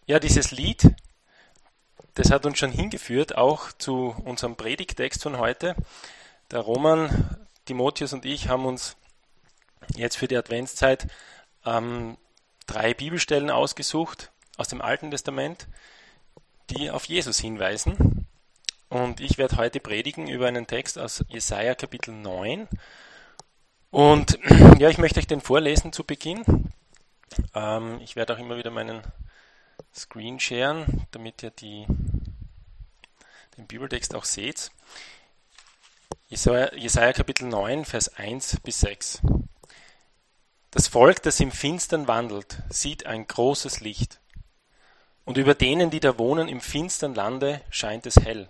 Ja, dieses Lied, das hat uns schon hingeführt, auch zu unserem Predigttext von heute. Der Roman, Timotheus und ich haben uns jetzt für die Adventszeit 3 Bibelstellen ausgesucht aus dem Alten Testament, die auf Jesus hinweisen. Und ich werde heute predigen über einen Text aus Jesaja Kapitel 9. Und ja, ich möchte euch den vorlesen zu Beginn. Ich werde auch immer wieder meinen Screen sharen, damit ihr den Bibeltext auch seht. Jesaja Kapitel 9, Vers 1 bis 6. Das Volk, das im Finstern wandelt, sieht ein großes Licht. Und über denen, die da wohnen im finstern Lande, scheint es hell.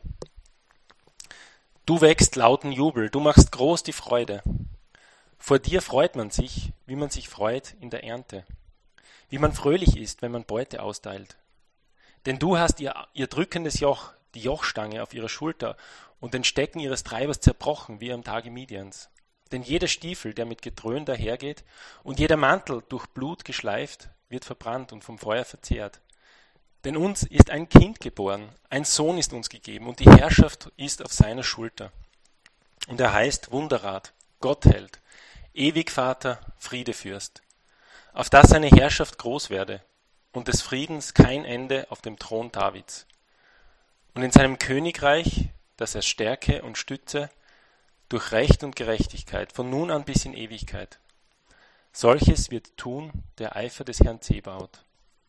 Du wächst lauten Jubel, du machst groß die Freude. Vor dir freut man sich, wie man sich freut in der Ernte. Wie man fröhlich ist, wenn man Beute austeilt. Denn du hast ihr drückendes Joch, die Jochstange auf ihrer Schulter und den Stecken ihres Treibers zerbrochen, wie am Tage Midians. Denn jeder Stiefel, der mit Gedröhn dahergeht, und jeder Mantel durch Blut geschleift, wird verbrannt und vom Feuer verzehrt. Denn uns ist ein Kind geboren, ein Sohn ist uns gegeben, und die Herrschaft ist auf seiner Schulter. Und er heißt Wunderrat, Gottheld, Ewigvater, Friedefürst, auf dass seine Herrschaft groß werde und des Friedens kein Ende auf dem Thron Davids. Und in seinem Königreich, das er stärke und stütze, durch Recht und Gerechtigkeit, von nun an bis in Ewigkeit. Solches wird tun der Eifer des Herrn Zebaoth.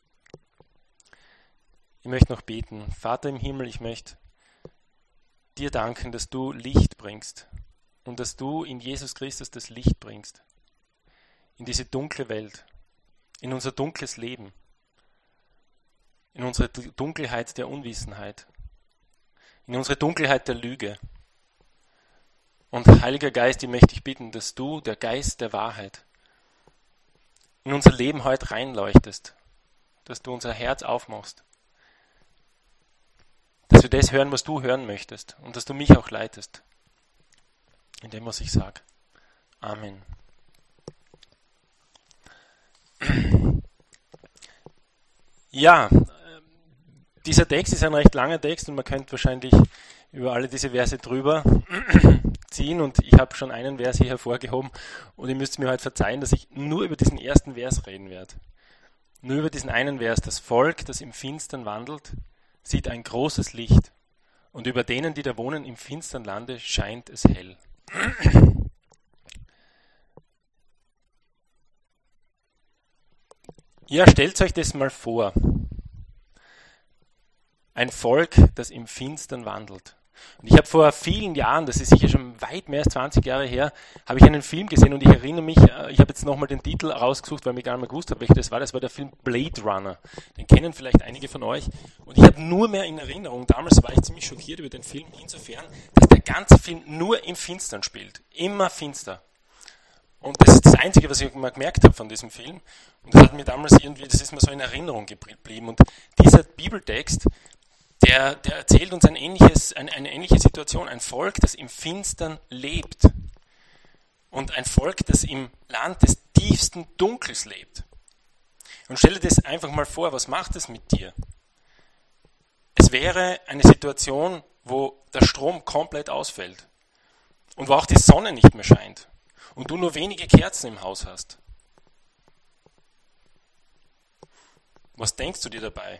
Ich möchte noch beten. Vater im Himmel, ich möchte dir danken, dass du Licht bringst und dass du in Jesus Christus das Licht bringst. In diese dunkle Welt, in unser dunkles Leben, in unsere Dunkelheit der Unwissenheit, in unsere Dunkelheit der Lüge. Und Heiliger Geist, ich möchte dich bitten, dass du, der Geist der Wahrheit, in unser Leben heute reinleuchtest, dass du unser Herz aufmachst, dass wir das hören, was du hören möchtest und dass du mich auch leitest, in dem, was ich sage. Amen. Ja, dieser Text ist ein recht langer Text und man könnte wahrscheinlich über alle diese Verse drüber ziehen und ich habe schon einen Vers hier hervorgehoben und ihr müsst mir halt verzeihen, dass ich nur über diesen ersten Vers reden werde. Nur über diesen einen Vers. Das Volk, das im Finstern wandelt, sieht ein großes Licht und über denen, die da wohnen im finstern Lande, scheint es hell. Ja, stellt euch das mal vor. Ein Volk, das im Finstern wandelt. Und ich habe vor vielen Jahren, das ist sicher schon weit mehr als 20 Jahre her, habe ich einen Film gesehen und ich erinnere mich, ich habe jetzt nochmal den Titel rausgesucht, weil ich gar nicht mehr gewusst habe, welcher das war. Das war der Film Blade Runner. Den kennen vielleicht einige von euch. Und ich habe nur mehr in Erinnerung, damals war ich ziemlich schockiert über den Film, insofern, dass der ganze Film nur im Finstern spielt. Immer finster. Und das ist das Einzige, was ich mal gemerkt habe von diesem Film. Und das hat mir damals irgendwie, das ist mir so in Erinnerung geblieben. Und dieser Bibeltext, der erzählt uns eine ähnliche Situation. Ein Volk, das im Finstern lebt. Und ein Volk, das im Land des tiefsten Dunkels lebt. Und stell dir das einfach mal vor, was macht das mit dir? Es wäre eine Situation, wo der Strom komplett ausfällt. Und wo auch die Sonne nicht mehr scheint. Und du nur wenige Kerzen im Haus hast. Was denkst du dir dabei?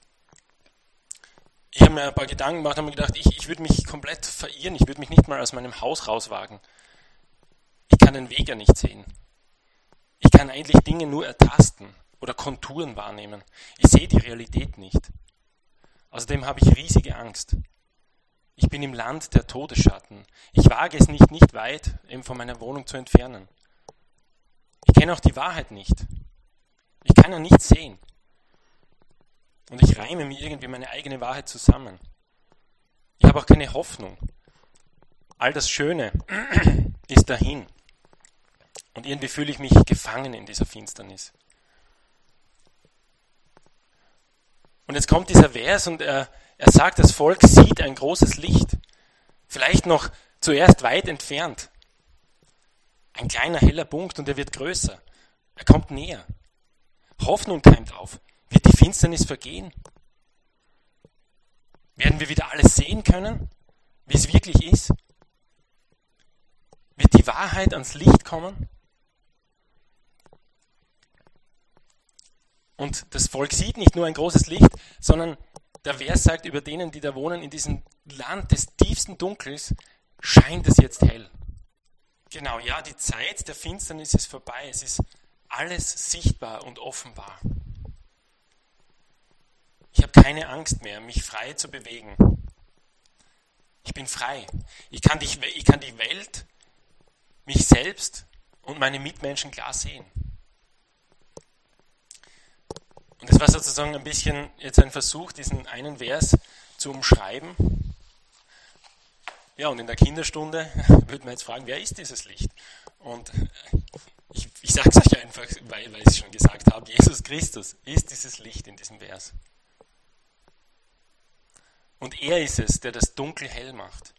Ich habe mir ein paar Gedanken gemacht und habe mir gedacht, ich würde mich komplett verirren, ich würde mich nicht mal aus meinem Haus rauswagen. Ich kann den Weg ja nicht sehen. Ich kann eigentlich Dinge nur ertasten oder Konturen wahrnehmen. Ich sehe die Realität nicht. Außerdem habe ich riesige Angst. Ich bin im Land der Todesschatten. Ich wage es nicht weit eben von meiner Wohnung zu entfernen. Ich kenne auch die Wahrheit nicht. Ich kann ja nichts sehen. Und ich reime mir irgendwie meine eigene Wahrheit zusammen. Ich habe auch keine Hoffnung. All das Schöne ist dahin. Und irgendwie fühle ich mich gefangen in dieser Finsternis. Und jetzt kommt dieser Vers und er sagt, das Volk sieht ein großes Licht. Vielleicht noch zuerst weit entfernt. Ein kleiner heller Punkt und er wird größer. Er kommt näher. Hoffnung keimt auf. Wird die Finsternis vergehen? Werden wir wieder alles sehen können, wie es wirklich ist? Wird die Wahrheit ans Licht kommen? Und das Volk sieht nicht nur ein großes Licht, sondern der Vers sagt über denen, die da wohnen, in diesem Land des tiefsten Dunkels, scheint es jetzt hell. Genau, ja, die Zeit der Finsternis ist vorbei. Es ist alles sichtbar und offenbar. Ich habe keine Angst mehr, mich frei zu bewegen. Ich bin frei. Ich kann die Welt, mich selbst und meine Mitmenschen klar sehen. Und das war sozusagen ein bisschen jetzt ein Versuch, diesen einen Vers zu umschreiben. Ja, und in der Kinderstunde würde man jetzt fragen, wer ist dieses Licht? Und ich sage es euch einfach, weil ich es schon gesagt habe, Jesus Christus ist dieses Licht in diesem Vers. Und er ist es, der das Dunkel hell macht.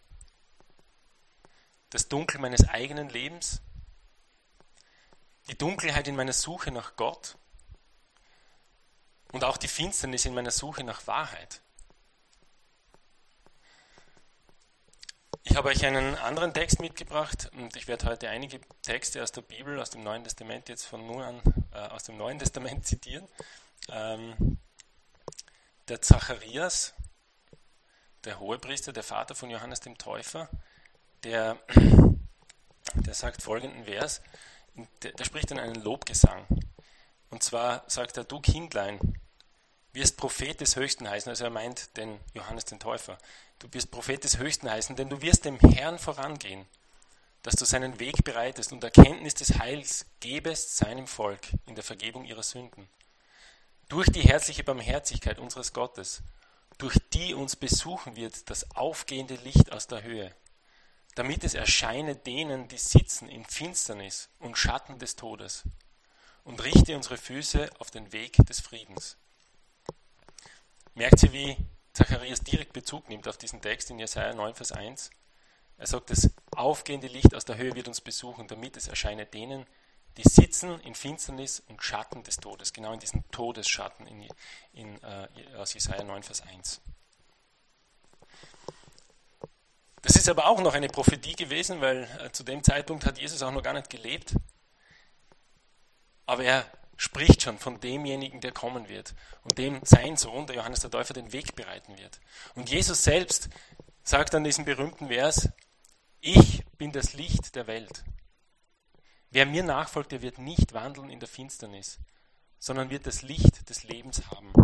Das Dunkel meines eigenen Lebens, die Dunkelheit in meiner Suche nach Gott und auch die Finsternis in meiner Suche nach Wahrheit. Ich habe euch einen anderen Text mitgebracht und ich werde heute einige Texte aus der Bibel, aus dem Neuen Testament jetzt von nun an aus dem Neuen Testament zitieren. Der Zacharias, der Hohepriester, der Vater von Johannes dem Täufer, der sagt folgenden Vers, der spricht dann einen Lobgesang. Und zwar sagt er, du Kindlein, wirst Prophet des Höchsten heißen, also er meint den Johannes den Täufer. Du wirst Prophet des Höchsten heißen, denn du wirst dem Herrn vorangehen, dass du seinen Weg bereitest und Erkenntnis des Heils gebest seinem Volk in der Vergebung ihrer Sünden. Durch die herzliche Barmherzigkeit unseres Gottes, durch die uns besuchen wird das aufgehende Licht aus der Höhe, damit es erscheine denen, die sitzen in Finsternis und Schatten des Todes, und richte unsere Füße auf den Weg des Friedens. Merkt ihr, wie Zacharias direkt Bezug nimmt auf diesen Text in Jesaja 9, Vers 1? Er sagt, das aufgehende Licht aus der Höhe wird uns besuchen, damit es erscheine denen, die sitzen in Finsternis und Schatten des Todes, genau in diesen Todesschatten aus Jesaja 9, Vers 1. Das ist aber auch noch eine Prophetie gewesen, weil zu dem Zeitpunkt hat Jesus auch noch gar nicht gelebt. Aber er spricht schon von demjenigen, der kommen wird und dem sein Sohn, der Johannes der Täufer, den Weg bereiten wird. Und Jesus selbst sagt an diesem berühmten Vers, ich bin das Licht der Welt. Wer mir nachfolgt, der wird nicht wandeln in der Finsternis, sondern wird das Licht des Lebens haben.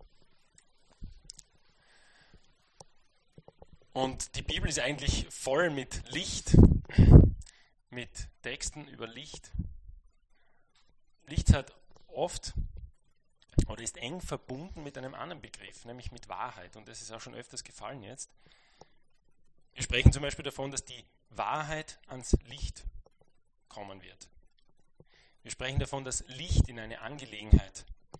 Und die Bibel ist eigentlich voll mit Licht, mit Texten über Licht. Licht hat oft oder ist eng verbunden mit einem anderen Begriff, nämlich mit Wahrheit. Und das ist auch schon öfters gefallen jetzt. Wir sprechen zum Beispiel davon, dass die Wahrheit ans Licht kommen wird. Wir sprechen davon, dass wir Licht in eine Angelegenheit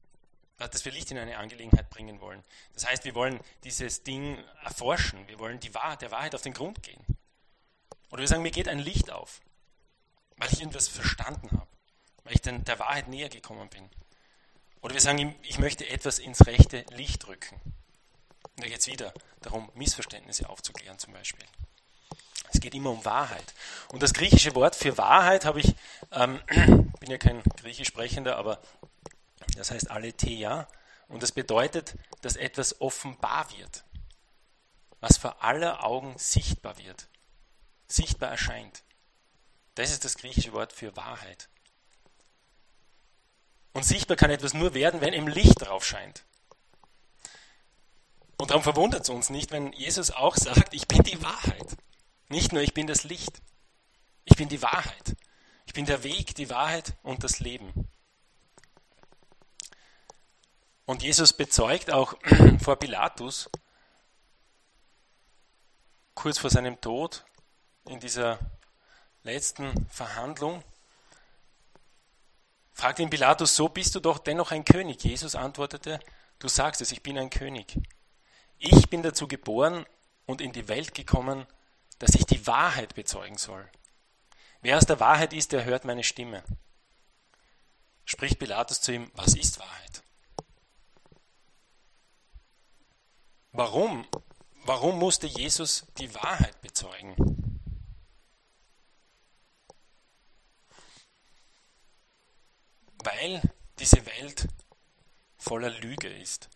bringen wollen. Das heißt, wir wollen dieses Ding erforschen, wir wollen der Wahrheit auf den Grund gehen. Oder wir sagen, mir geht ein Licht auf, weil ich irgendwas verstanden habe, weil ich dann der Wahrheit näher gekommen bin. Oder wir sagen, ich möchte etwas ins rechte Licht rücken. Und da geht es wieder darum, Missverständnisse aufzuklären zum Beispiel. Es geht immer um Wahrheit. Und das griechische Wort für Wahrheit habe ich, bin ja kein Griechisch Sprechender, aber das heißt Aletheia. Und das bedeutet, dass etwas offenbar wird, was vor aller Augen sichtbar wird, sichtbar erscheint. Das ist das griechische Wort für Wahrheit. Und sichtbar kann etwas nur werden, wenn im Licht drauf scheint. Und darum verwundert es uns nicht, wenn Jesus auch sagt, ich bin die Wahrheit. Nicht nur, ich bin das Licht. Ich bin die Wahrheit. Ich bin der Weg, die Wahrheit und das Leben. Und Jesus bezeugt auch vor Pilatus, kurz vor seinem Tod, in dieser letzten Verhandlung, fragt ihn Pilatus, so bist du doch dennoch ein König. Jesus antwortete, du sagst es, ich bin ein König. Ich bin dazu geboren und in die Welt gekommen, dass ich die Wahrheit bezeugen soll. Wer aus der Wahrheit ist, der hört meine Stimme. Spricht Pilatus zu ihm, was ist Wahrheit? Warum? Warum musste Jesus die Wahrheit bezeugen? Weil diese Welt voller Lüge ist.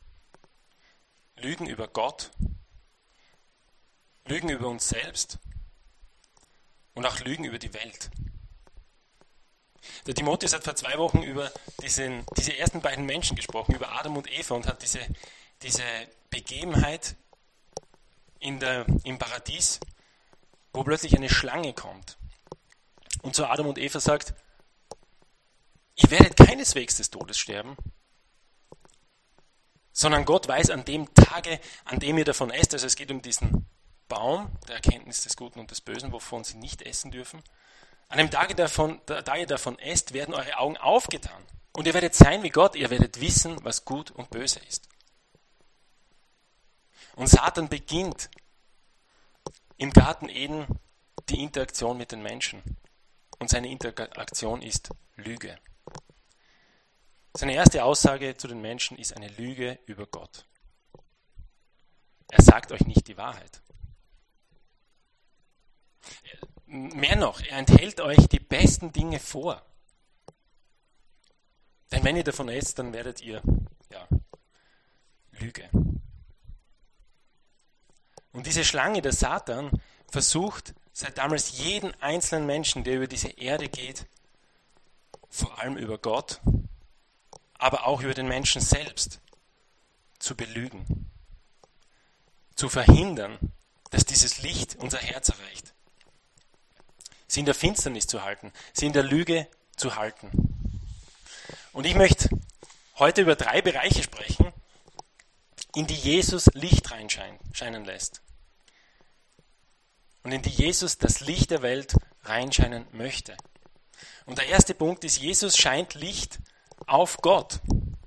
Lügen über Gott, Lügen über uns selbst und auch Lügen über die Welt. Der Timotheus hat vor 2 Wochen über diese ersten beiden Menschen gesprochen, über Adam und Eva, und hat diese Begebenheit im Paradies, wo plötzlich eine Schlange kommt und zu Adam und Eva sagt, ihr werdet keineswegs des Todes sterben, sondern Gott weiß an dem Tage, an dem ihr davon esst, also es geht um diesen Baum der Erkenntnis des Guten und des Bösen, wovon sie nicht essen dürfen. An dem Tage, da ihr davon esst, werden eure Augen aufgetan. Und ihr werdet sein wie Gott, ihr werdet wissen, was gut und böse ist. Und Satan beginnt im Garten Eden die Interaktion mit den Menschen. Und seine Interaktion ist Lüge. Seine erste Aussage zu den Menschen ist eine Lüge über Gott. Er sagt euch nicht die Wahrheit. Mehr noch, er enthält euch die besten Dinge vor. Denn wenn ihr davon esst, dann werdet ihr, Lüge. Und diese Schlange, der Satan, versucht seit damals jeden einzelnen Menschen, der über diese Erde geht, vor allem über Gott, aber auch über den Menschen selbst, zu belügen. Zu verhindern, dass dieses Licht unser Herz erreicht. Sie in der Finsternis zu halten, sie in der Lüge zu halten. Und ich möchte heute über 3 Bereiche sprechen, in die Jesus Licht reinscheinen lässt. Und in die Jesus das Licht der Welt reinscheinen möchte. Und der erste Punkt ist, Jesus scheint Licht auf Gott.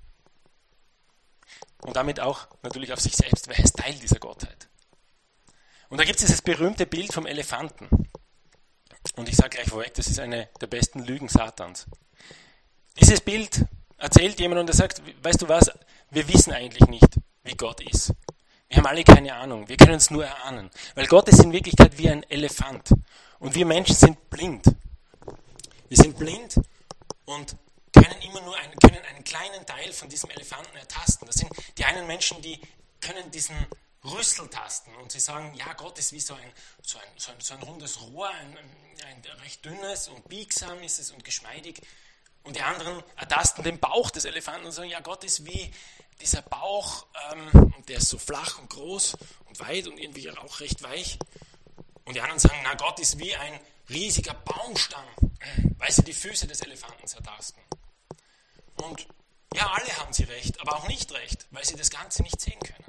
Und damit auch natürlich auf sich selbst, weil er ist Teil dieser Gottheit. Und da gibt es dieses berühmte Bild vom Elefanten. Und ich sage gleich vorweg, das ist eine der besten Lügen Satans. Dieses Bild erzählt jemand und er sagt, weißt du was, wir wissen eigentlich nicht, wie Gott ist. Wir haben alle keine Ahnung, wir können es nur erahnen. Weil Gott ist in Wirklichkeit wie ein Elefant. Und wir Menschen sind blind. Wir sind blind und können immer nur einen kleinen Teil von diesem Elefanten ertasten. Das sind die einen Menschen, die können diesen Rüssel tasten und sie sagen, ja, Gott ist wie so ein rundes Rohr, ein recht dünnes und biegsam ist es und geschmeidig. Und die anderen ertasten den Bauch des Elefanten und sagen, ja, Gott ist wie dieser Bauch, und der ist so flach und groß und weit und irgendwie auch recht weich. Und die anderen sagen, na, Gott ist wie ein riesiger Baumstamm, weil sie die Füße des Elefanten ertasten. Und ja, alle haben sie recht, aber auch nicht recht, weil sie das Ganze nicht sehen können.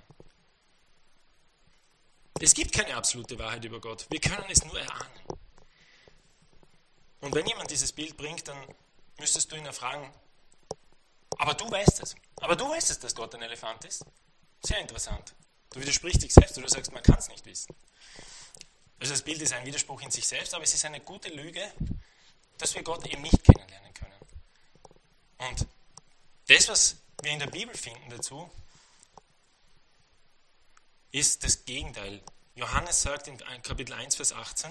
Es gibt keine absolute Wahrheit über Gott. Wir können es nur erahnen. Und wenn jemand dieses Bild bringt, dann müsstest du ihn erfragen, aber du weißt es. Aber du weißt es, dass Gott ein Elefant ist? Sehr interessant. Du widersprichst dich selbst, oder du sagst, man kann es nicht wissen. Also das Bild ist ein Widerspruch in sich selbst, aber es ist eine gute Lüge, dass wir Gott eben nicht kennenlernen können. Und das, was wir in der Bibel finden dazu, ist das Gegenteil. Johannes sagt in Kapitel 1, Vers 18,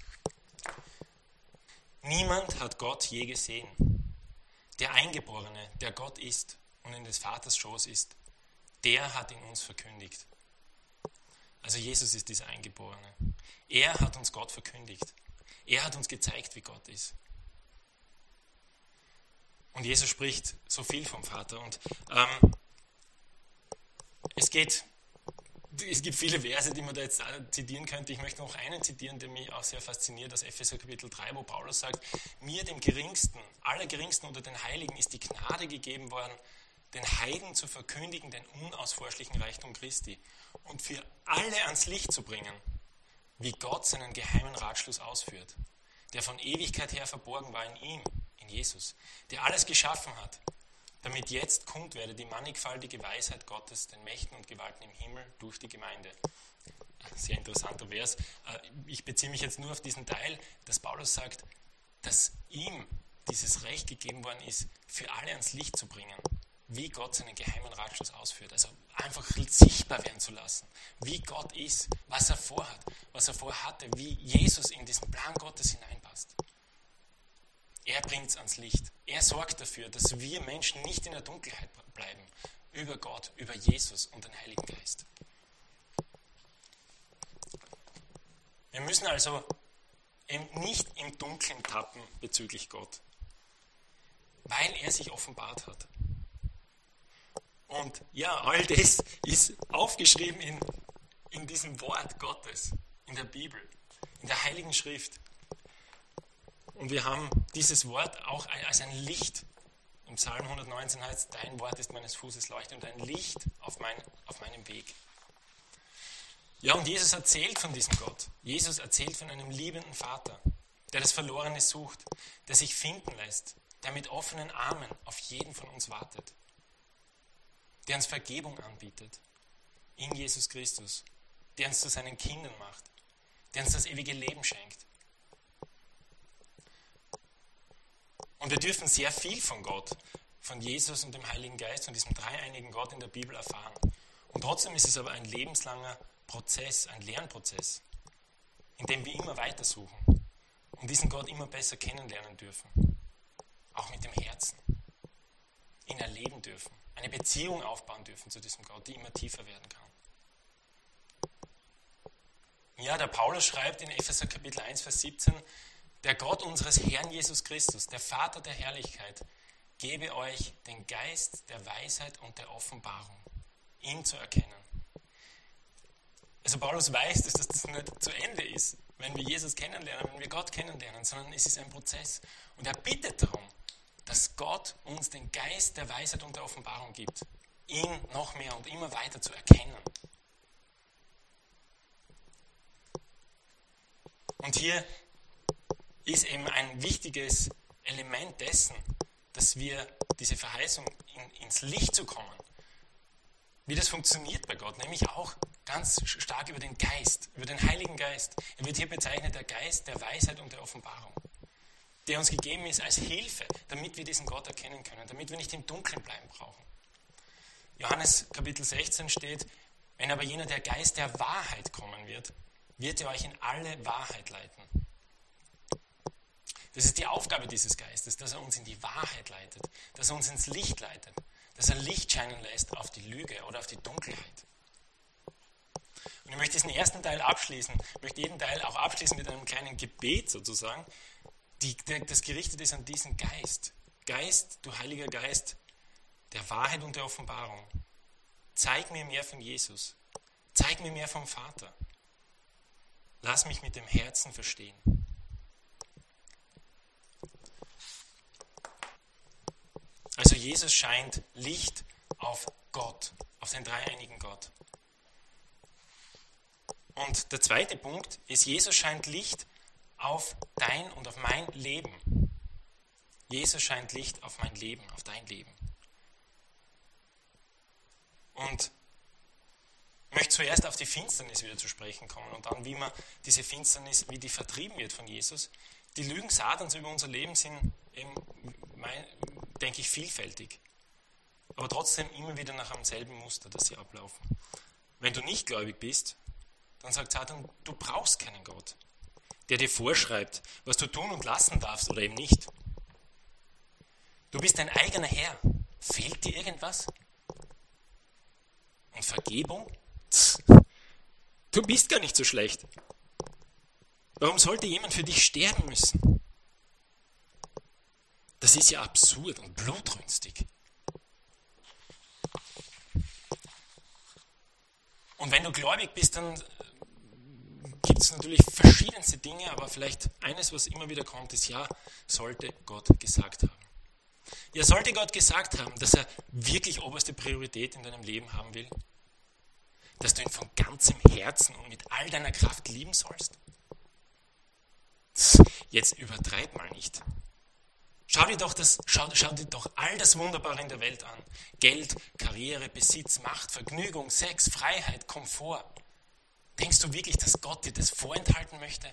niemand hat Gott je gesehen. Der Eingeborene, der Gott ist und in des Vaters Schoß ist, der hat ihn uns verkündigt. Also Jesus ist dieser Eingeborene. Er hat uns Gott verkündigt. Er hat uns gezeigt, wie Gott ist. Und Jesus spricht so viel vom Vater. Und es gibt viele Verse, die man da jetzt zitieren könnte. Ich möchte noch einen zitieren, der mich auch sehr fasziniert, aus Epheser Kapitel 3, wo Paulus sagt, mir, dem Geringsten, Allergeringsten unter den Heiligen, ist die Gnade gegeben worden, den Heiden zu verkündigen, den unausforschlichen Reichtum Christi und für alle ans Licht zu bringen, wie Gott seinen geheimen Ratschluss ausführt, der von Ewigkeit her verborgen war in ihm, in Jesus, der alles geschaffen hat, damit jetzt kund werde die mannigfaltige Weisheit Gottes, den Mächten und Gewalten im Himmel durch die Gemeinde. Sehr interessanter Vers. Ich beziehe mich jetzt nur auf diesen Teil, dass Paulus sagt, dass ihm dieses Recht gegeben worden ist, für alle ans Licht zu bringen, wie Gott seinen geheimen Ratschluss ausführt. Also einfach sichtbar sichtbar werden zu lassen, wie Gott ist, was er vorhat, was er vorhatte, wie Jesus in diesen Plan Gottes hineinpasst. Er bringt es ans Licht. Er sorgt dafür, dass wir Menschen nicht in der Dunkelheit bleiben, über Gott, über Jesus und den Heiligen Geist. Wir müssen also eben nicht im Dunkeln tappen bezüglich Gott, weil er sich offenbart hat. Und ja, all das ist aufgeschrieben in diesem Wort Gottes, in der Bibel, in der Heiligen Schrift. Und wir haben dieses Wort auch als ein Licht. Im Psalm 119 heißt es, dein Wort ist meines Fußes Leuchte und ein Licht auf meinem Weg. Ja, und Jesus erzählt von diesem Gott. Jesus erzählt von einem liebenden Vater, der das Verlorene sucht, der sich finden lässt, der mit offenen Armen auf jeden von uns wartet, der uns Vergebung anbietet in Jesus Christus, der uns zu seinen Kindern macht, der uns das ewige Leben schenkt. Und wir dürfen sehr viel von Gott, von Jesus und dem Heiligen Geist, von diesem dreieinigen Gott in der Bibel erfahren. Und trotzdem ist es aber ein lebenslanger Prozess, ein Lernprozess, in dem wir immer weiter suchen und diesen Gott immer besser kennenlernen dürfen. Auch mit dem Herzen. Ihn erleben dürfen. Eine Beziehung aufbauen dürfen zu diesem Gott, die immer tiefer werden kann. Ja, der Paulus schreibt in Epheser Kapitel 1, Vers 17, der Gott unseres Herrn Jesus Christus, der Vater der Herrlichkeit, gebe euch den Geist der Weisheit und der Offenbarung, ihn zu erkennen. Also Paulus weiß, dass das nicht zu Ende ist, wenn wir Jesus kennenlernen, wenn wir Gott kennenlernen, sondern es ist ein Prozess. Und er bittet darum, dass Gott uns den Geist der Weisheit und der Offenbarung gibt, ihn noch mehr und immer weiter zu erkennen. Und hier ist eben ein wichtiges Element dessen, dass wir diese Verheißung ins Licht zu kommen, wie das funktioniert bei Gott, nämlich auch ganz stark über den Geist, über den Heiligen Geist. Er wird hier bezeichnet der Geist der Weisheit und der Offenbarung, der uns gegeben ist als Hilfe, damit wir diesen Gott erkennen können, damit wir nicht im Dunkeln bleiben brauchen. Johannes Kapitel 16 steht, wenn aber jener der Geist der Wahrheit kommen wird, wird er euch in alle Wahrheit leiten. Das ist die Aufgabe dieses Geistes, dass er uns in die Wahrheit leitet, dass er uns ins Licht leitet, dass er Licht scheinen lässt auf die Lüge oder auf die Dunkelheit. Und ich möchte diesen ersten Teil abschließen, ich möchte jeden Teil auch abschließen mit einem kleinen Gebet sozusagen, das gerichtet ist an diesen Geist. Geist, du Heiliger Geist, der Wahrheit und der Offenbarung. Zeig mir mehr von Jesus. Zeig mir mehr vom Vater. Lass mich mit dem Herzen verstehen. Also Jesus scheint Licht auf Gott, auf den dreieinigen Gott. Und der zweite Punkt ist, Jesus scheint Licht auf dein und auf mein Leben. Jesus scheint Licht auf mein Leben, auf dein Leben. Und ich möchte zuerst auf die Finsternis wieder zu sprechen kommen und dann, wie man diese Finsternis, wie die vertrieben wird von Jesus. Die Lügen Satans über unser Leben sind eben, denke ich, vielfältig. Aber trotzdem immer wieder nach einem selben Muster, dass sie ablaufen. Wenn du nicht gläubig bist, dann sagt Satan, du brauchst keinen Gott, der dir vorschreibt, was du tun und lassen darfst oder eben nicht. Du bist dein eigener Herr. Fehlt dir irgendwas? Und Vergebung? Du bist gar nicht so schlecht. Warum sollte jemand für dich sterben müssen? Das ist ja absurd und blutrünstig. Und wenn du gläubig bist, dann gibt es natürlich verschiedenste Dinge, aber vielleicht eines, was immer wieder kommt, ist, ja, sollte Gott gesagt haben. Ja, sollte Gott gesagt haben, dass er wirklich oberste Priorität in deinem Leben haben will? Dass du ihn von ganzem Herzen und mit all deiner Kraft lieben sollst? Jetzt übertreib mal nicht. Schau dir doch all das Wunderbare in der Welt an. Geld, Karriere, Besitz, Macht, Vergnügung, Sex, Freiheit, Komfort. Denkst du wirklich, dass Gott dir das vorenthalten möchte?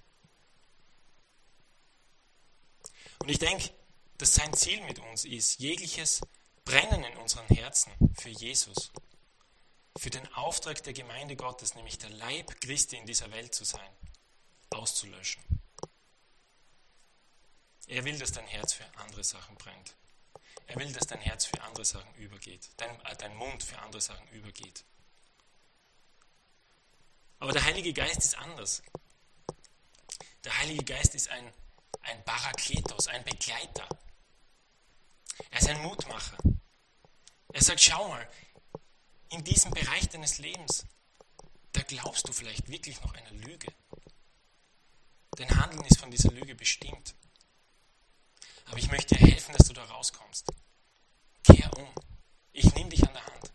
Und ich denke, dass sein Ziel mit uns ist, jegliches Brennen in unseren Herzen für Jesus, für den Auftrag der Gemeinde Gottes, nämlich der Leib Christi in dieser Welt zu sein, auszulöschen. Er will, dass dein Herz für andere Sachen brennt. Er will, dass dein Herz für andere Sachen übergeht, dein Mund für andere Sachen übergeht. Aber der Heilige Geist ist anders. Der Heilige Geist ist ein Parakletos, ein Begleiter. Er ist ein Mutmacher. Er sagt, schau mal, in diesem Bereich deines Lebens, da glaubst du vielleicht wirklich noch einer Lüge. Dein Handeln ist von dieser Lüge bestimmt. Aber ich möchte dir helfen, dass du da rauskommst. Kehr um. Ich nehme dich an der Hand.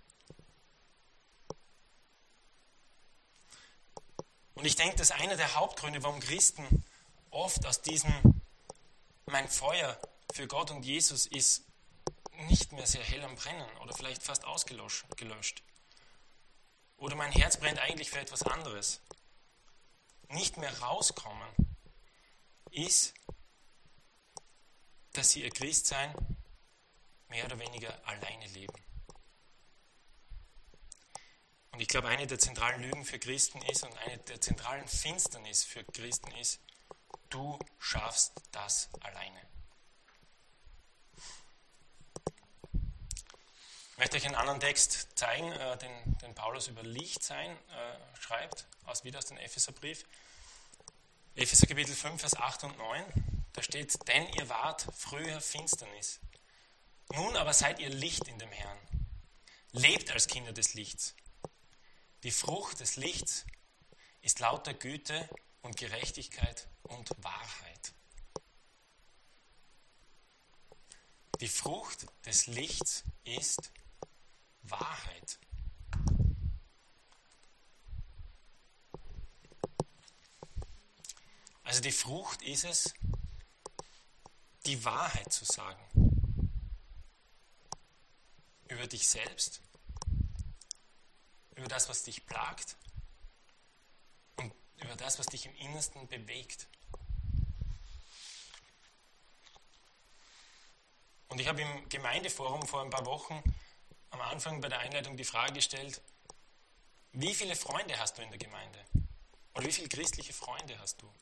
Und ich denke, dass einer der Hauptgründe, warum Christen oft aus diesem mein Feuer für Gott und Jesus ist nicht mehr sehr hell am Brennen oder vielleicht fast ausgelöscht. Oder mein Herz brennt eigentlich für etwas anderes. Nicht mehr rauskommen ist, dass sie ihr Christsein mehr oder weniger alleine leben. Und ich glaube, eine der zentralen Lügen für Christen ist und eine der zentralen Finsternis für Christen ist, du schaffst das alleine. Ich möchte euch einen anderen Text zeigen, den Paulus über Lichtsein schreibt, wieder aus dem Epheserbrief. Epheser Kapitel 5, Vers 8 und 9. Da steht, denn ihr wart früher Finsternis. Nun aber seid ihr Licht in dem Herrn. Lebt als Kinder des Lichts. Die Frucht des Lichts ist lauter Güte und Gerechtigkeit und Wahrheit. Die Frucht des Lichts ist Wahrheit. Also die Frucht ist es, die Wahrheit zu sagen. Über dich selbst, über das, was dich plagt und über das, was dich im Innersten bewegt. Und ich habe im Gemeindeforum vor ein paar Wochen am Anfang bei der Einleitung die Frage gestellt, wie viele Freunde hast du in der Gemeinde? Oder wie viele christliche Freunde hast du?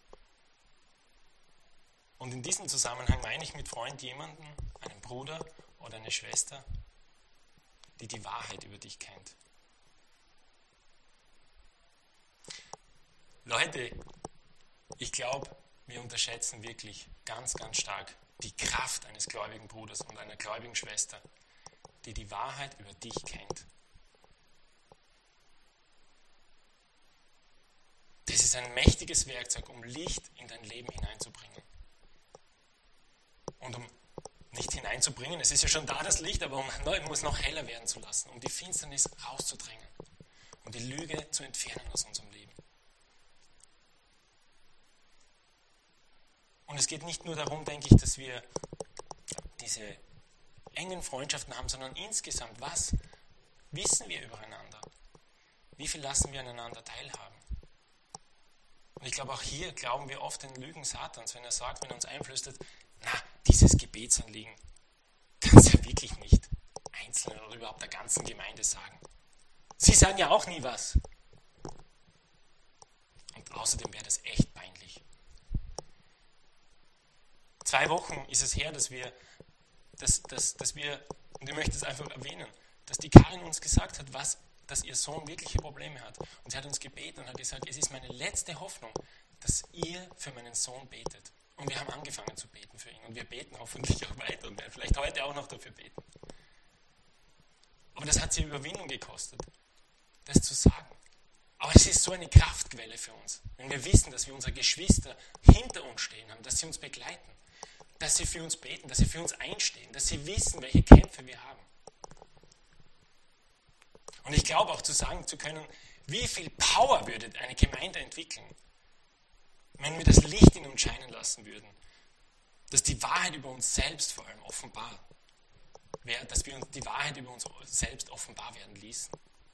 Und in diesem Zusammenhang meine ich mit Freund jemanden, einen Bruder oder eine Schwester, die die Wahrheit über dich kennt. Leute, ich glaube, wir unterschätzen wirklich ganz, ganz stark die Kraft eines gläubigen Bruders und einer gläubigen Schwester, die die Wahrheit über dich kennt. Das ist ein mächtiges Werkzeug, um Licht in dein Leben hineinzubringen. Und um nicht hineinzubringen, es ist ja schon da das Licht, aber um es noch heller werden zu lassen, um die Finsternis rauszudrängen und die Lüge zu entfernen aus unserem Leben. Und es geht nicht nur darum, denke ich, dass wir diese engen Freundschaften haben, sondern insgesamt, was wissen wir übereinander? Wie viel lassen wir aneinander teilhaben? Und ich glaube, auch hier glauben wir oft den Lügen Satans, wenn er uns einflüstert, na, dieses Gebetsanliegen kannst du ja wirklich nicht Einzelnen oder überhaupt der ganzen Gemeinde sagen. Sie sagen ja auch nie was. Und außerdem wäre das echt peinlich. 2 Wochen ist es her, dass wir, und ich möchte es einfach erwähnen, dass die Karin uns gesagt hat, dass ihr Sohn wirkliche Probleme hat. Und sie hat uns gebeten und hat gesagt, es ist meine letzte Hoffnung, dass ihr für meinen Sohn betet. Und wir haben angefangen zu beten für ihn. Und wir beten hoffentlich auch weiter und werden vielleicht heute auch noch dafür beten. Aber das hat sie Überwindung gekostet, das zu sagen. Aber es ist so eine Kraftquelle für uns, wenn wir wissen, dass wir unsere Geschwister hinter uns stehen haben, dass sie uns begleiten, dass sie für uns beten, dass sie für uns einstehen, dass sie wissen, welche Kämpfe wir haben. Und ich glaube auch zu sagen zu können, wie viel Power würde eine Gemeinde entwickeln, wenn wir das Licht in uns scheinen lassen würden, dass die Wahrheit über uns selbst vor allem offenbar wäre, dass wir uns die Wahrheit über uns selbst offenbar werden ließen.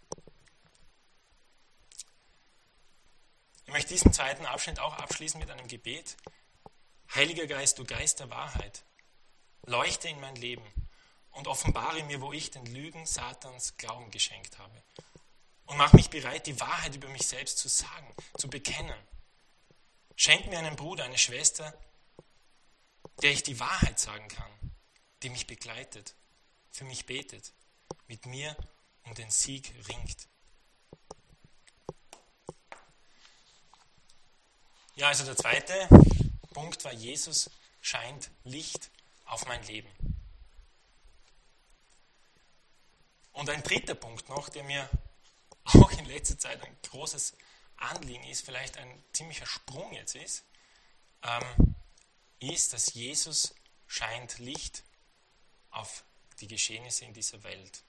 Ich möchte diesen zweiten Abschnitt auch abschließen mit einem Gebet. Heiliger Geist, du Geist der Wahrheit, leuchte in mein Leben und offenbare mir, wo ich den Lügen Satans Glauben geschenkt habe. und mach mich bereit, die Wahrheit über mich selbst zu sagen, zu bekennen. Schenk mir einen Bruder, eine Schwester, der ich die Wahrheit sagen kann, die mich begleitet, für mich betet, mit mir um den Sieg ringt. Ja, also der zweite Punkt war, Jesus scheint Licht auf mein Leben. Und ein dritter Punkt noch, der mir auch in letzter Zeit ein großes Anliegen ist, vielleicht ein ziemlicher Sprung jetzt ist, dass Jesus scheint Licht auf die Geschehnisse in dieser Welt.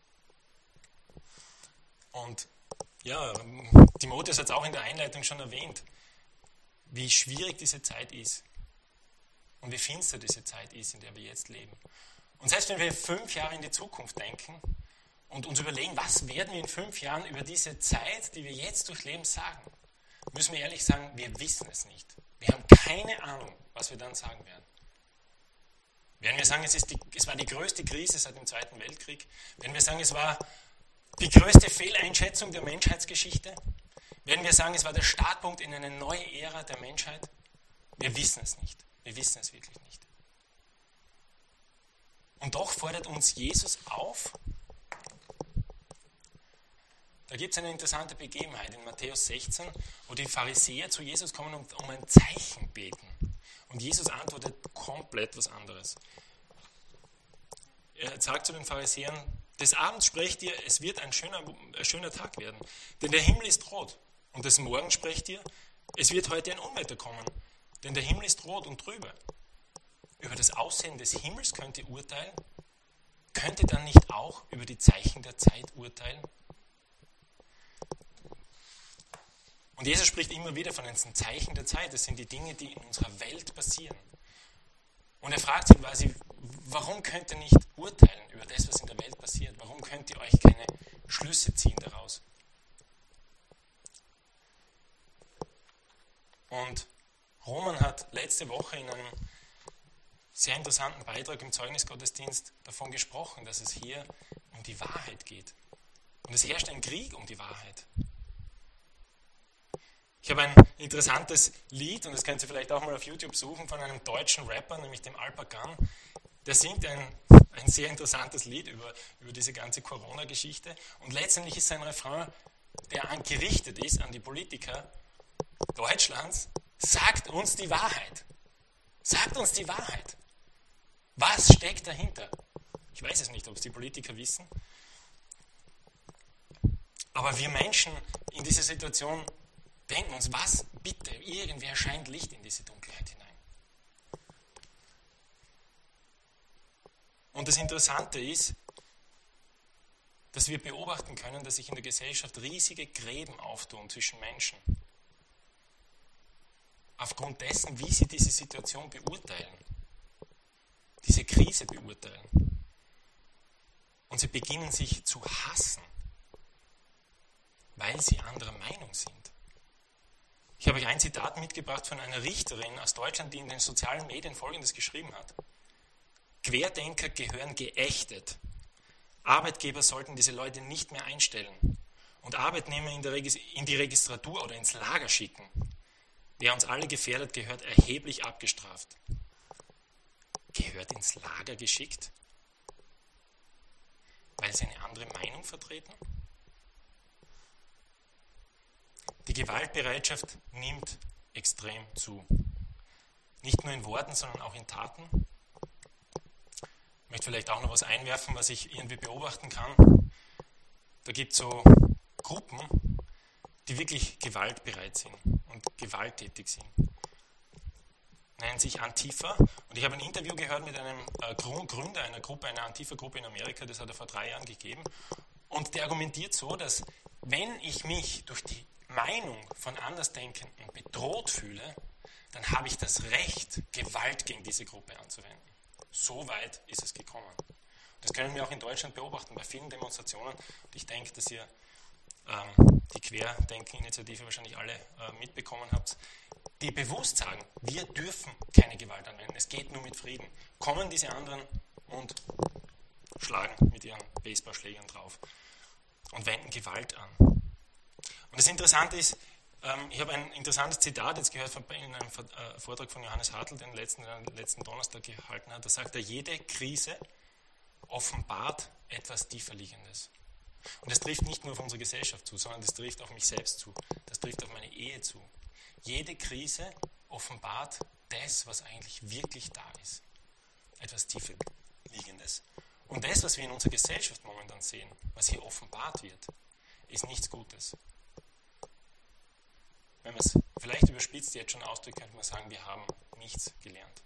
Und ja, Timotheus hat es auch in der Einleitung schon erwähnt, wie schwierig diese Zeit ist und wie finster diese Zeit ist, in der wir jetzt leben. Und selbst wenn wir 5 Jahre in die Zukunft denken und uns überlegen, was werden wir in 5 Jahren über diese Zeit, die wir jetzt durchleben, sagen, müssen wir ehrlich sagen, wir wissen es nicht. Wir haben keine Ahnung, was wir dann sagen werden. Werden wir sagen, es war die größte Krise seit dem Zweiten Weltkrieg? Werden wir sagen, es war die größte Fehleinschätzung der Menschheitsgeschichte? Werden wir sagen, es war der Startpunkt in eine neue Ära der Menschheit? Wir wissen es nicht. Wir wissen es wirklich nicht. Und doch fordert uns Jesus auf. Da gibt es eine interessante Begebenheit in Matthäus 16, wo die Pharisäer zu Jesus kommen und um ein Zeichen beten. Und Jesus antwortet komplett was anderes. Er sagt zu den Pharisäern, des Abends sprecht ihr, es wird ein schöner Tag werden, denn der Himmel ist rot. Und des Morgens sprecht ihr, es wird heute ein Unwetter kommen, denn der Himmel ist rot und trübe. Über das Aussehen des Himmels könnt ihr urteilen? Könnt ihr dann nicht auch über die Zeichen der Zeit urteilen? Und Jesus spricht immer wieder von den Zeichen der Zeit. Das sind die Dinge, die in unserer Welt passieren. Und er fragt sie quasi, warum könnt ihr nicht urteilen über das, was in der Welt passiert? Warum könnt ihr euch keine Schlüsse ziehen daraus? Und Roman hat letzte Woche in einem sehr interessanten Beitrag im Zeugnisgottesdienst davon gesprochen, dass es hier um die Wahrheit geht. Und es herrscht ein Krieg um die Wahrheit. Ich habe ein interessantes Lied, und das könnt ihr vielleicht auch mal auf YouTube suchen, von einem deutschen Rapper, nämlich dem Alpagan. Der singt ein sehr interessantes Lied über diese ganze Corona-Geschichte. Und letztendlich ist sein Refrain, der gerichtet ist an die Politiker Deutschlands, sagt uns die Wahrheit. Sagt uns die Wahrheit. Was steckt dahinter? Ich weiß es nicht, ob es die Politiker wissen. Aber wir Menschen in dieser Situation denken uns, was bitte, irgendwer scheint Licht in diese Dunkelheit hinein. Und das Interessante ist, dass wir beobachten können, dass sich in der Gesellschaft riesige Gräben auftun zwischen Menschen. Aufgrund dessen, wie sie diese Situation beurteilen, diese Krise beurteilen. Und sie beginnen sich zu hassen, weil sie anderer Meinung sind. Ich habe euch ein Zitat mitgebracht von einer Richterin aus Deutschland, die in den sozialen Medien Folgendes geschrieben hat. Querdenker gehören geächtet. Arbeitgeber sollten diese Leute nicht mehr einstellen und Arbeitnehmer in die Registratur oder ins Lager schicken. Wer uns alle gefährdet, gehört erheblich abgestraft. Gehört ins Lager geschickt? Weil sie eine andere Meinung vertreten? Die Gewaltbereitschaft nimmt extrem zu. Nicht nur in Worten, sondern auch in Taten. Ich möchte vielleicht auch noch was einwerfen, was ich irgendwie beobachten kann. Da gibt es so Gruppen, die wirklich gewaltbereit sind und gewalttätig sind. Nennen sich Antifa. Und ich habe ein Interview gehört mit einem Gründer einer Gruppe, einer Antifa-Gruppe in Amerika, das hat er vor 3 Jahren gegeben. Und der argumentiert so, dass wenn ich mich durch die Meinung von Andersdenkenden bedroht fühle, dann habe ich das Recht, Gewalt gegen diese Gruppe anzuwenden. So weit ist es gekommen. Das können wir auch in Deutschland beobachten, bei vielen Demonstrationen. Und ich denke, dass ihr die Querdenken-Initiative wahrscheinlich alle mitbekommen habt, die bewusst sagen, wir dürfen keine Gewalt anwenden, es geht nur mit Frieden. Kommen diese anderen und schlagen mit ihren Baseballschlägern drauf und wenden Gewalt an. das Interessante ist, ich habe ein interessantes Zitat jetzt gehört in einem Vortrag von Johannes Hartl, den letzten Donnerstag gehalten hat. Da sagt er, jede Krise offenbart etwas Tieferliegendes. Und das trifft nicht nur auf unsere Gesellschaft zu, sondern das trifft auf mich selbst zu. Das trifft auf meine Ehe zu. Jede Krise offenbart das, was eigentlich wirklich da ist. Etwas Tieferliegendes. Und das, was wir in unserer Gesellschaft momentan sehen, was hier offenbart wird, ist nichts Gutes. Wenn man es vielleicht überspitzt jetzt schon ausdrückt, könnte man sagen, wir haben nichts gelernt.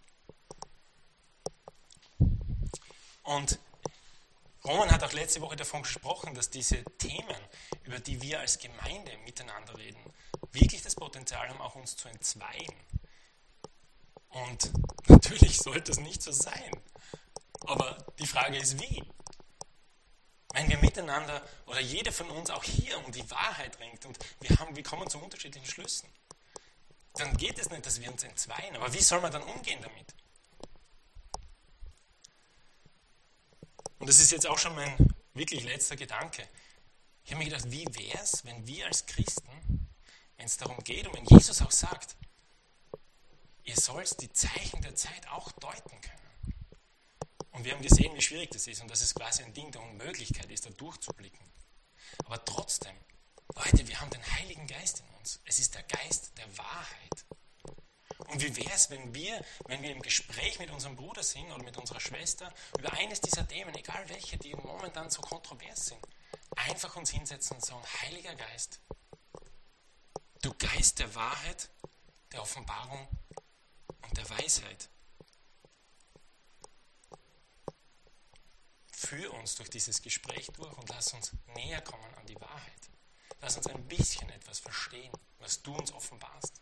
Und Roman hat auch letzte Woche davon gesprochen, dass diese Themen, über die wir als Gemeinde miteinander reden, wirklich das Potenzial haben, auch uns zu entzweien. Und natürlich sollte es nicht so sein. Aber die Frage ist, wie? Wenn wir miteinander oder jeder von uns auch hier um die Wahrheit ringt und wir kommen zu unterschiedlichen Schlüssen, dann geht es nicht, dass wir uns entzweien. Aber wie soll man dann umgehen damit? Und das ist jetzt auch schon mein wirklich letzter Gedanke. Ich habe mir gedacht, wie wäre es, wenn wir als Christen, wenn es darum geht und wenn Jesus auch sagt, ihr sollt die Zeichen der Zeit auch deuten können. Und wir haben gesehen, wie schwierig das ist und dass es quasi ein Ding der Unmöglichkeit ist, da durchzublicken. Aber trotzdem, Leute, wir haben den Heiligen Geist in uns. Es ist der Geist der Wahrheit. Und wie wäre es, wenn wir im Gespräch mit unserem Bruder sind oder mit unserer Schwester über eines dieser Themen, egal welche, die momentan so kontrovers sind, einfach uns hinsetzen und sagen, Heiliger Geist, du Geist der Wahrheit, der Offenbarung und der Weisheit, führ uns durch dieses Gespräch durch und lass uns näher kommen an die Wahrheit. Lass uns ein bisschen etwas verstehen, was du uns offenbarst.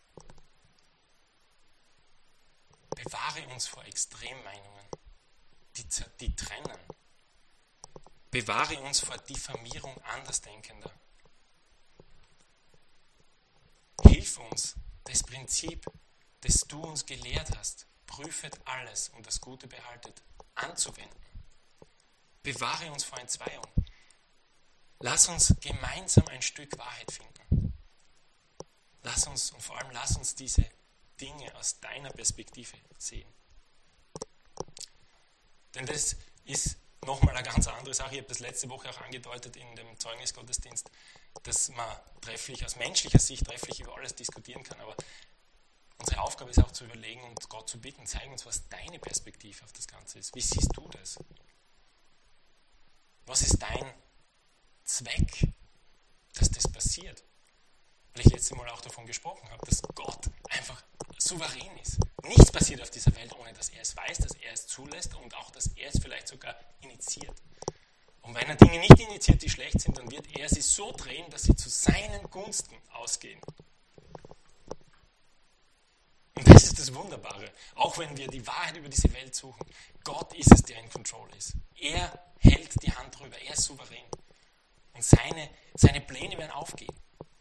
Bewahre uns vor Extremmeinungen, die trennen. Bewahre uns vor Diffamierung Andersdenkender. Hilf uns, das Prinzip, das du uns gelehrt hast, prüfet alles und das Gute behaltet, anzuwenden. Bewahre uns vor Entzweiung. Lass uns gemeinsam ein Stück Wahrheit finden. Lass uns diese Dinge aus deiner Perspektive sehen. Denn das ist nochmal eine ganz andere Sache. Ich habe das letzte Woche auch angedeutet in dem Zeugnisgottesdienst, dass man aus menschlicher Sicht trefflich über alles diskutieren kann. Aber unsere Aufgabe ist auch zu überlegen und Gott zu bitten, zeig uns, was deine Perspektive auf das Ganze ist. Wie siehst du das? Was ist dein Zweck, dass das passiert? Weil ich letztes Mal auch davon gesprochen habe, dass Gott einfach souverän ist. Nichts passiert auf dieser Welt, ohne dass er es weiß, dass er es zulässt und auch, dass er es vielleicht sogar initiiert. Und wenn er Dinge nicht initiiert, die schlecht sind, dann wird er sie so drehen, dass sie zu seinen Gunsten ausgehen. Und das ist das Wunderbare. Auch wenn wir die Wahrheit über diese Welt suchen, Gott ist es, der in Control ist. Er hält die Hand drüber, er ist souverän. Und seine Pläne werden aufgehen.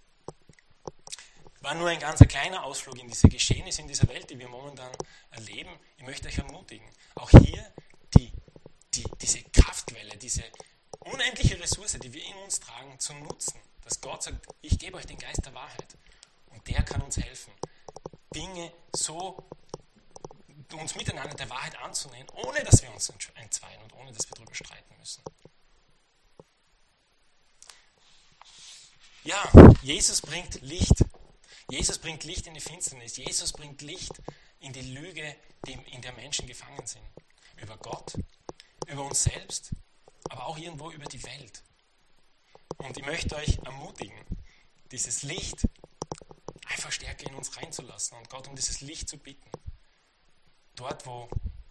War nur ein ganz kleiner Ausflug in diese Geschehnisse in dieser Welt, die wir momentan erleben. Ich möchte euch ermutigen, auch hier diese Kraftquelle, diese unendliche Ressource, die wir in uns tragen, zu nutzen. Dass Gott sagt, ich gebe euch den Geist der Wahrheit. Und der kann uns helfen, Dinge so uns miteinander der Wahrheit anzunähern, ohne dass wir uns entzweien und ohne dass wir darüber streiten müssen. Ja, Jesus bringt Licht. Jesus bringt Licht in die Finsternis. Jesus bringt Licht in die Lüge, in der Menschen gefangen sind. Über Gott, über uns selbst, aber auch irgendwo über die Welt. Und ich möchte euch ermutigen, dieses Licht einfach stärker in uns reinzulassen und Gott um dieses Licht zu bitten. Dort, wo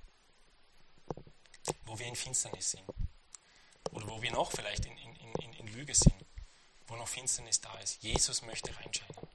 wir in Finsternis sind. Oder wo wir noch vielleicht in Lüge sind. Wo noch Finsternis da ist. Jesus möchte reinscheinen.